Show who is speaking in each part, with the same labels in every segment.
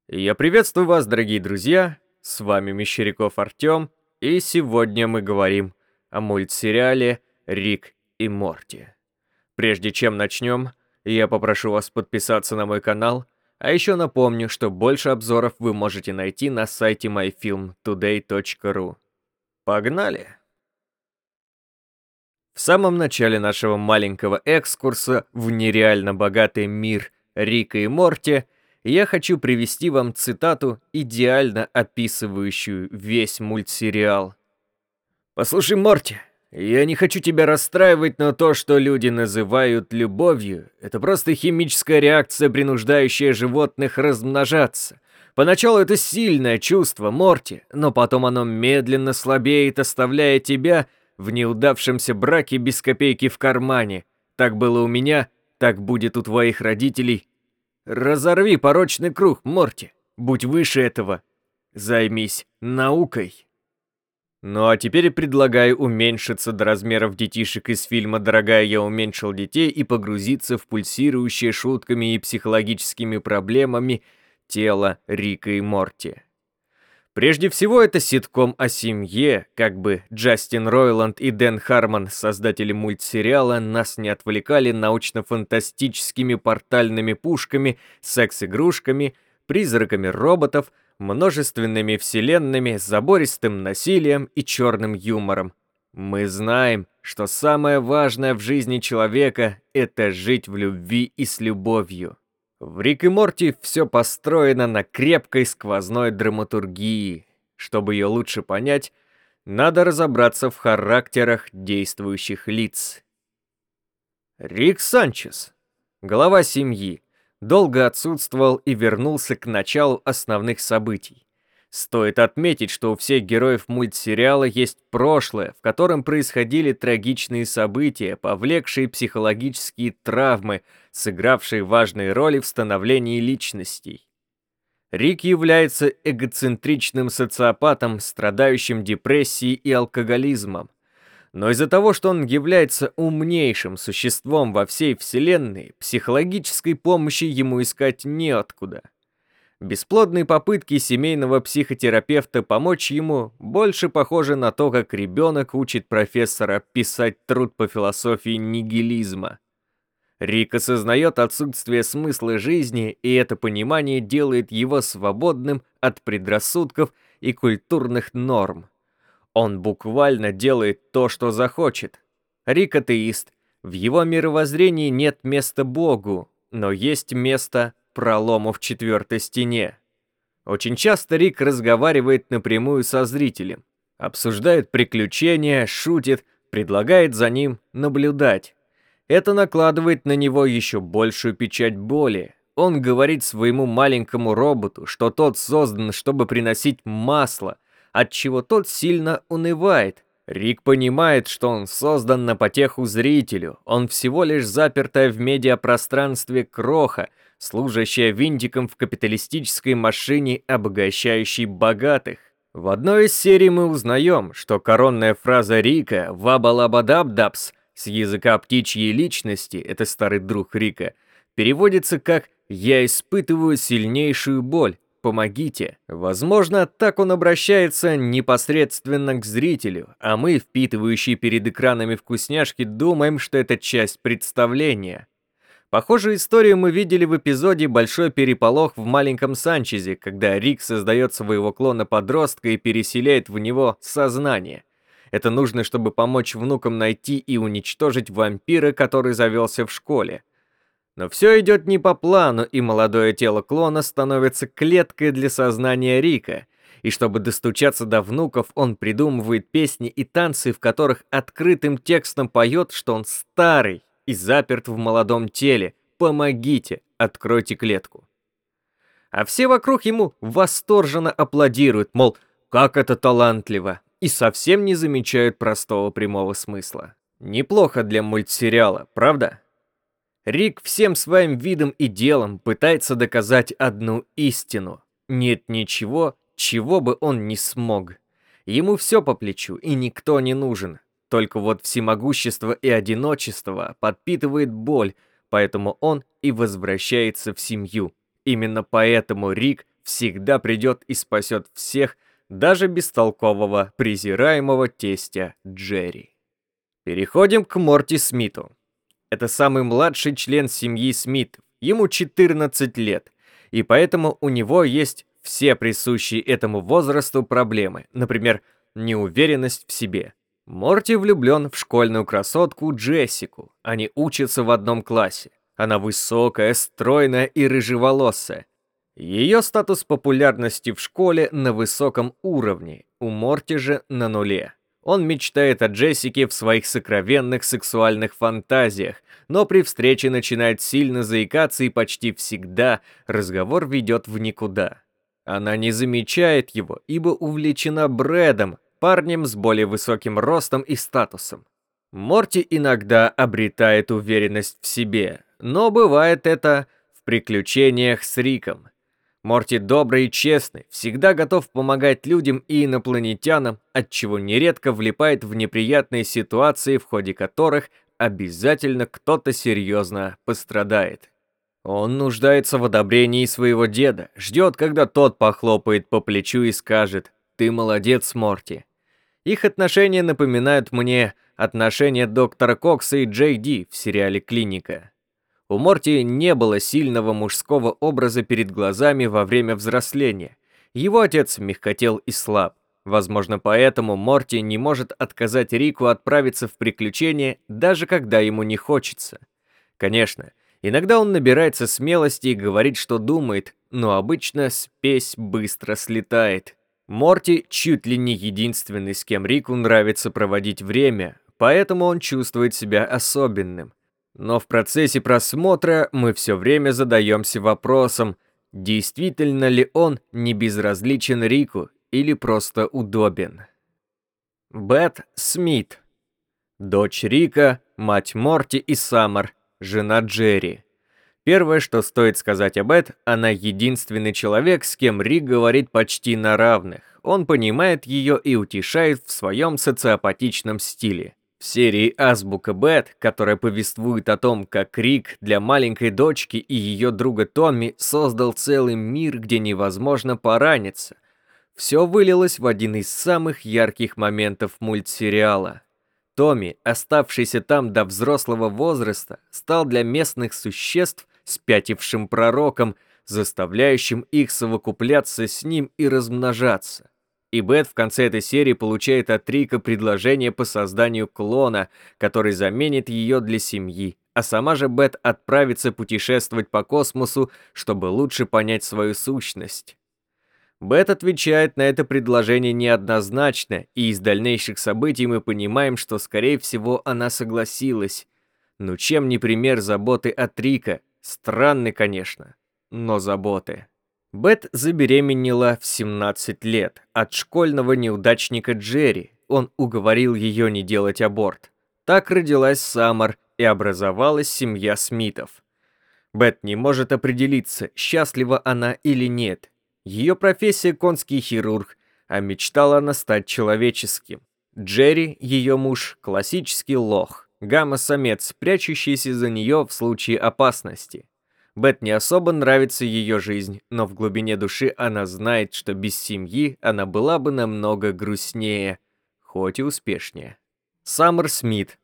Speaker 1: Я приветствую вас, дорогие друзья, с вами Мещеряков Артём, и сегодня мы говорим о мультсериале «Рик и Морти». Прежде чем начнем, я попрошу вас подписаться на мой канал, а еще напомню, что больше обзоров вы можете найти на сайте myfilmtoday.ru. Погнали! В самом начале нашего маленького экскурса в нереально богатый мир Рика и Морти я хочу привести вам цитату, идеально описывающую весь мультсериал. «Послушай, Морти, я не хочу тебя расстраивать, но то, что люди называют любовью, это просто химическая реакция, принуждающая животных размножаться. Поначалу это сильное чувство, Морти, но потом оно медленно слабеет, оставляя тебя в неудавшемся браке без копейки в кармане. Так было у меня, так будет у твоих родителей. Разорви порочный круг, Морти. Будь выше этого. Займись наукой». Ну а теперь предлагаю уменьшиться до размеров детишек из фильма «Дорогая, я уменьшил детей» и погрузиться в пульсирующее шутками и психологическими проблемами тело Рика и Морти. Прежде всего, это ситком о семье, как бы Джастин Ройланд и Дэн Хармон, создатели мультсериала, нас не отвлекали научно-фантастическими портальными пушками, секс-игрушками, призраками роботов, множественными вселенными, забористым насилием и черным юмором. Мы знаем, что самое важное в жизни человека — это жить в любви и с любовью. В «Рик и Морти» все построено на крепкой сквозной драматургии. Чтобы ее лучше понять, надо разобраться в характерах действующих лиц. Рик Санчес, глава семьи, долго отсутствовал и вернулся к началу основных событий. Стоит отметить, что у всех героев мультсериала есть прошлое, в котором происходили трагичные события, повлекшие психологические травмы, сыгравшие важные роли в становлении личностей. Рик является эгоцентричным социопатом, страдающим депрессией и алкоголизмом. Но из-за того, что он является умнейшим существом во всей вселенной, психологической помощи ему искать неоткуда. Бесплодные попытки семейного психотерапевта помочь ему больше похожи на то, как ребенок учит профессора писать труд по философии нигилизма. Рик осознает отсутствие смысла жизни, и это понимание делает его свободным от предрассудков и культурных норм. Он буквально делает то, что захочет. Рик атеист. В его мировоззрении нет места Богу, но есть место пролому в четвертой стене. Очень часто Рик разговаривает напрямую со зрителем, обсуждает приключения, шутит, предлагает за ним наблюдать. Это накладывает на него еще большую печать боли. Он говорит своему маленькому роботу, что тот создан, чтобы приносить масло, отчего тот сильно унывает. Рик понимает, что он создан на потеху зрителю. Он всего лишь запертая в медиапространстве кроха, служащая винтиком в капиталистической машине, обогащающей богатых. В одной из серий мы узнаем, что коронная фраза Рика «Ваба-лаба-даб-дабс» с языка птичьей личности, это старый друг Рика, переводится как «Я испытываю сильнейшую боль, помогите». Возможно, так он обращается непосредственно к зрителю, а мы, впитывающие перед экранами вкусняшки, думаем, что это часть представления. Похожую историю мы видели в эпизоде «Большой переполох в маленьком Санчезе», когда Рик создает своего клона-подростка и переселяет в него сознание. Это нужно, чтобы помочь внукам найти и уничтожить вампира, который завелся в школе. Но все идет не по плану, и молодое тело клона становится клеткой для сознания Рика. И чтобы достучаться до внуков, он придумывает песни и танцы, в которых открытым текстом поет, что он старый и заперт в молодом теле. Помогите, откройте клетку. А все вокруг ему восторженно аплодируют, мол, как это талантливо, и совсем не замечают простого прямого смысла. Неплохо для мультсериала, правда? Рик всем своим видом и делом пытается доказать одну истину. Нет ничего, чего бы он не смог. Ему все по плечу, и никто не нужен. Только вот всемогущество и одиночество подпитывает боль, поэтому он и возвращается в семью. Именно поэтому Рик всегда придет и спасет всех, даже бестолкового, презираемого тестя Джерри. Переходим к Морти Смиту. Это самый младший член семьи Смитов, ему 14 лет, и поэтому у него есть все присущие этому возрасту проблемы, например, неуверенность в себе. Морти влюблен в школьную красотку Джессику, они учатся в одном классе. Она высокая, стройная и рыжеволосая. Ее статус популярности в школе на высоком уровне, у Морти же на нуле. Он мечтает о Джессике в своих сокровенных сексуальных фантазиях, но при встрече начинает сильно заикаться и почти всегда разговор ведет в никуда. Она не замечает его, ибо увлечена Брэдом, парнем с более высоким ростом и статусом. Морти иногда обретает уверенность в себе, но бывает это в приключениях с Риком. Морти добрый и честный, всегда готов помогать людям и инопланетянам, отчего нередко влипает в неприятные ситуации, в ходе которых обязательно кто-то серьезно пострадает. Он нуждается в одобрении своего деда, ждет, когда тот похлопает по плечу и скажет: «Ты молодец, Морти». Их отношения напоминают мне отношения доктора Кокса и Джей Ди в сериале «Клиника». У Морти не было сильного мужского образа перед глазами во время взросления. Его отец мягкотел и слаб. Возможно, поэтому Морти не может отказать Рику отправиться в приключения, даже когда ему не хочется. Конечно, иногда он набирается смелости и говорит, что думает, но обычно спесь быстро слетает. Морти чуть ли не единственный, с кем Рику нравится проводить время, поэтому он чувствует себя особенным. Но в процессе просмотра мы все время задаемся вопросом, действительно ли он не безразличен Рику или просто удобен. Бет Смит. Дочь Рика, мать Морти и Саммер, жена Джерри. Первое, что стоит сказать об Бет, она единственный человек, с кем Рик говорит почти на равных. Он понимает ее и утешает в своем социопатичном стиле. В серии «Азбука Бет», которая повествует о том, как Рик для маленькой дочки и ее друга Томми создал целый мир, где невозможно пораниться, все вылилось в один из самых ярких моментов мультсериала. Томми, оставшийся там до взрослого возраста, стал для местных существ спятившим пророком, заставляющим их совокупляться с ним и размножаться. И Бет в конце этой серии получает от Рика предложение по созданию клона, который заменит ее для семьи, а сама же Бет отправится путешествовать по космосу, чтобы лучше понять свою сущность. Бет отвечает на это предложение неоднозначно, и из дальнейших событий мы понимаем, что, скорее всего, она согласилась. Но чем не пример заботы от Рика? Странный, конечно, но заботы. Бет забеременела в 17 лет от школьного неудачника Джерри. Он уговорил ее не делать аборт. Так родилась Саммер и образовалась семья Смитов. Бет не может определиться, счастлива она или нет. Ее профессия конский хирург, а мечтала она стать человеческим. Джерри, ее муж, классический лох, гамма-самец, прячущийся за нее в случае опасности. Бет не особо нравится ее жизнь, но в глубине души она знает, что без семьи она была бы намного грустнее, хоть и успешнее. Саммер Смит.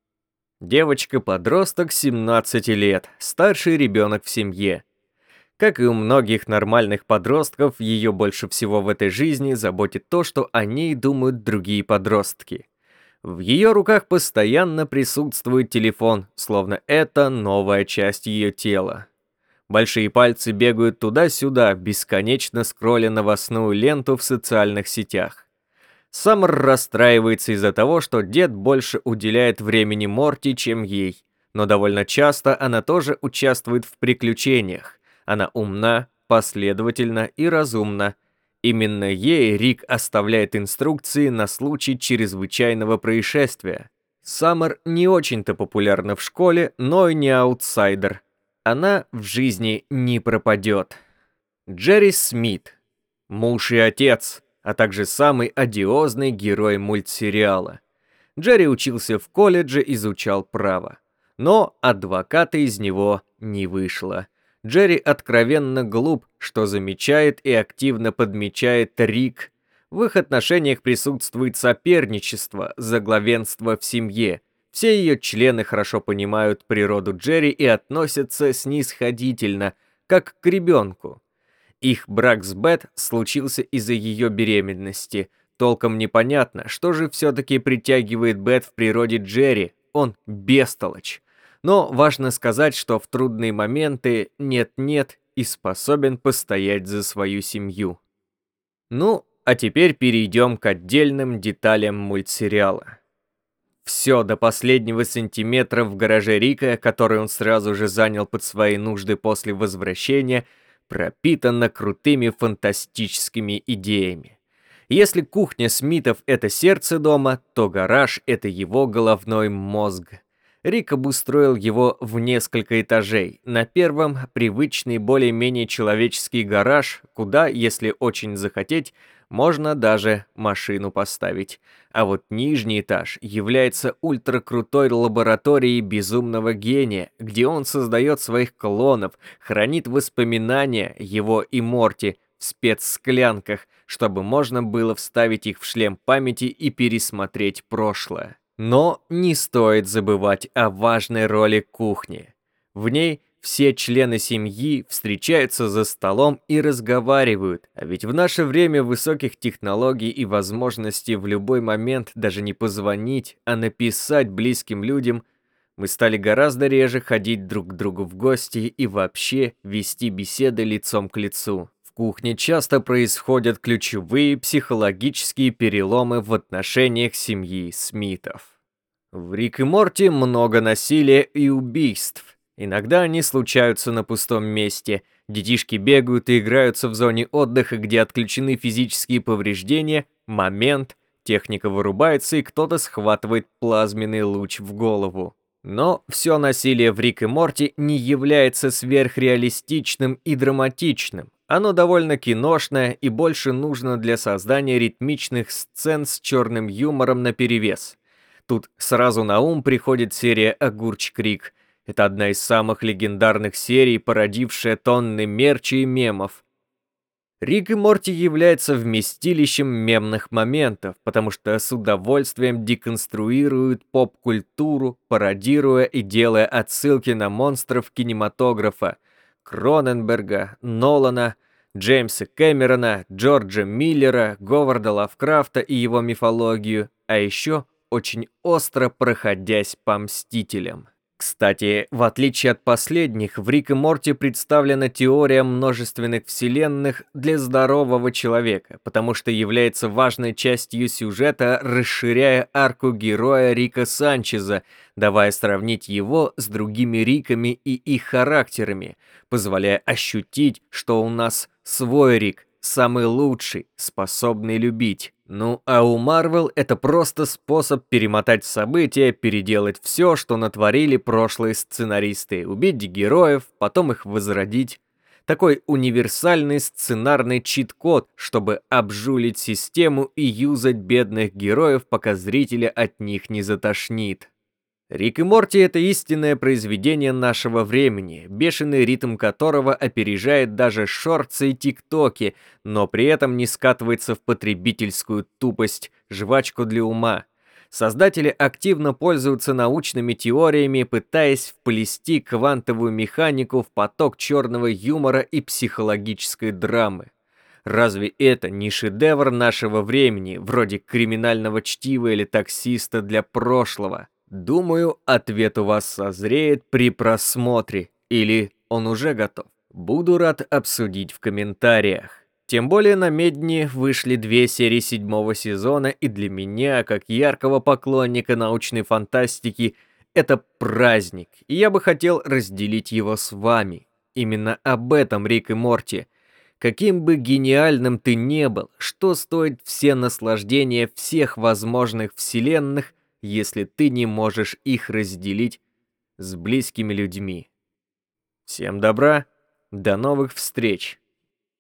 Speaker 1: Девочка-подросток 17 лет, старший ребенок в семье. Как и у многих нормальных подростков, ее больше всего в этой жизни заботит то, что о ней думают другие подростки. В ее руках постоянно присутствует телефон, словно это новая часть ее тела. Большие пальцы бегают туда-сюда, бесконечно скролля новостную ленту в социальных сетях. Саммер расстраивается из-за того, что дед больше уделяет времени Морти, чем ей, но довольно часто она тоже участвует в приключениях. Она умна, последовательна и разумна. Именно ей Рик оставляет инструкции на случай чрезвычайного происшествия. Саммер не очень-то популярна в школе, но и не аутсайдер. Она в жизни не пропадет. Джерри Смит. Муж и отец, а также самый одиозный герой мультсериала. Джерри учился в колледже, изучал право. Но адвоката из него не вышло. Джерри откровенно глуп, что замечает и активно подмечает Рик. В их отношениях присутствует соперничество за главенство в семье. Все ее члены хорошо понимают природу Джерри и относятся снисходительно, как к ребенку. Их брак с Бет случился из-за ее беременности. Толком непонятно, что же все-таки притягивает Бет в природе Джерри. Он бестолочь. Но важно сказать, что в трудные моменты нет-нет и способен постоять за свою семью. Ну, а теперь перейдем к отдельным деталям мультсериала. Все до последнего сантиметра в гараже Рика, который он сразу же занял под свои нужды после возвращения, пропитано крутыми фантастическими идеями. Если кухня Смитов — это сердце дома, то гараж — это его головной мозг. Рик обустроил его в несколько этажей. На первом — привычный более-менее человеческий гараж, куда, если очень захотеть, можно даже машину поставить. А вот нижний этаж является ультракрутой лабораторией безумного гения, где он создает своих клонов, хранит воспоминания его и Морти в спецсклянках, чтобы можно было вставить их в шлем памяти и пересмотреть прошлое. Но не стоит забывать о важной роли кухни. В ней все члены семьи встречаются за столом и разговаривают, а ведь в наше время высоких технологий и возможностей в любой момент даже не позвонить, а написать близким людям, мы стали гораздо реже ходить друг к другу в гости и вообще вести беседы лицом к лицу. В кухне часто происходят ключевые психологические переломы в отношениях семьи Смитов. В Рик и Морти много насилия и убийств. Иногда они случаются на пустом месте. Детишки бегают и играются в зоне отдыха, где отключены физические повреждения. Момент, техника вырубается и кто-то схватывает плазменный луч в голову. Но все насилие в Рик и Морти не является сверхреалистичным и драматичным. Оно довольно киношное и больше нужно для создания ритмичных сцен с черным юмором наперевес. Тут сразу на ум приходит серия «Огурчик Рик». Это одна из самых легендарных серий, породившая тонны мерча и мемов. Рик и Морти является вместилищем мемных моментов, потому что с удовольствием деконструируют поп-культуру, пародируя и делая отсылки на монстров кинематографа Кроненберга, Нолана, Джеймса Кэмерона, Джорджа Миллера, Говарда Лавкрафта и его мифологию, а еще очень остро проходясь по «Мстителям». Кстати, в отличие от последних, в Рик и Морти представлена теория множественных вселенных для здорового человека, потому что является важной частью сюжета, расширяя арку героя Рика Санчеза, давая сравнить его с другими Риками и их характерами, позволяя ощутить, что у нас свой Рик, самый лучший, способный любить. Ну, а у Marvel это просто способ перемотать события, переделать все, что натворили прошлые сценаристы, убить героев, потом их возродить. Такой универсальный сценарный чит-код, чтобы обжулить систему и юзать бедных героев, пока зрителя от них не затошнит. Рик и Морти — это истинное произведение нашего времени, бешеный ритм которого опережает даже шортсы и тиктоки, но при этом не скатывается в потребительскую тупость, жвачку для ума. Создатели активно пользуются научными теориями, пытаясь вплести квантовую механику в поток черного юмора и психологической драмы. Разве это не шедевр нашего времени, вроде «Криминального чтива» или «Таксиста для прошлого»? Думаю, ответ у вас созреет при просмотре, или он уже готов. Буду рад обсудить в комментариях. Тем более на Медне вышли 2 серии 7-го сезона, и для меня, как яркого поклонника научной фантастики, это праздник, и я бы хотел разделить его с вами. Именно об этом Рик и Морти. Каким бы гениальным ты не был, что стоит все наслаждения всех возможных вселенных, если ты не можешь их разделить с близкими людьми. Всем добра, до новых встреч!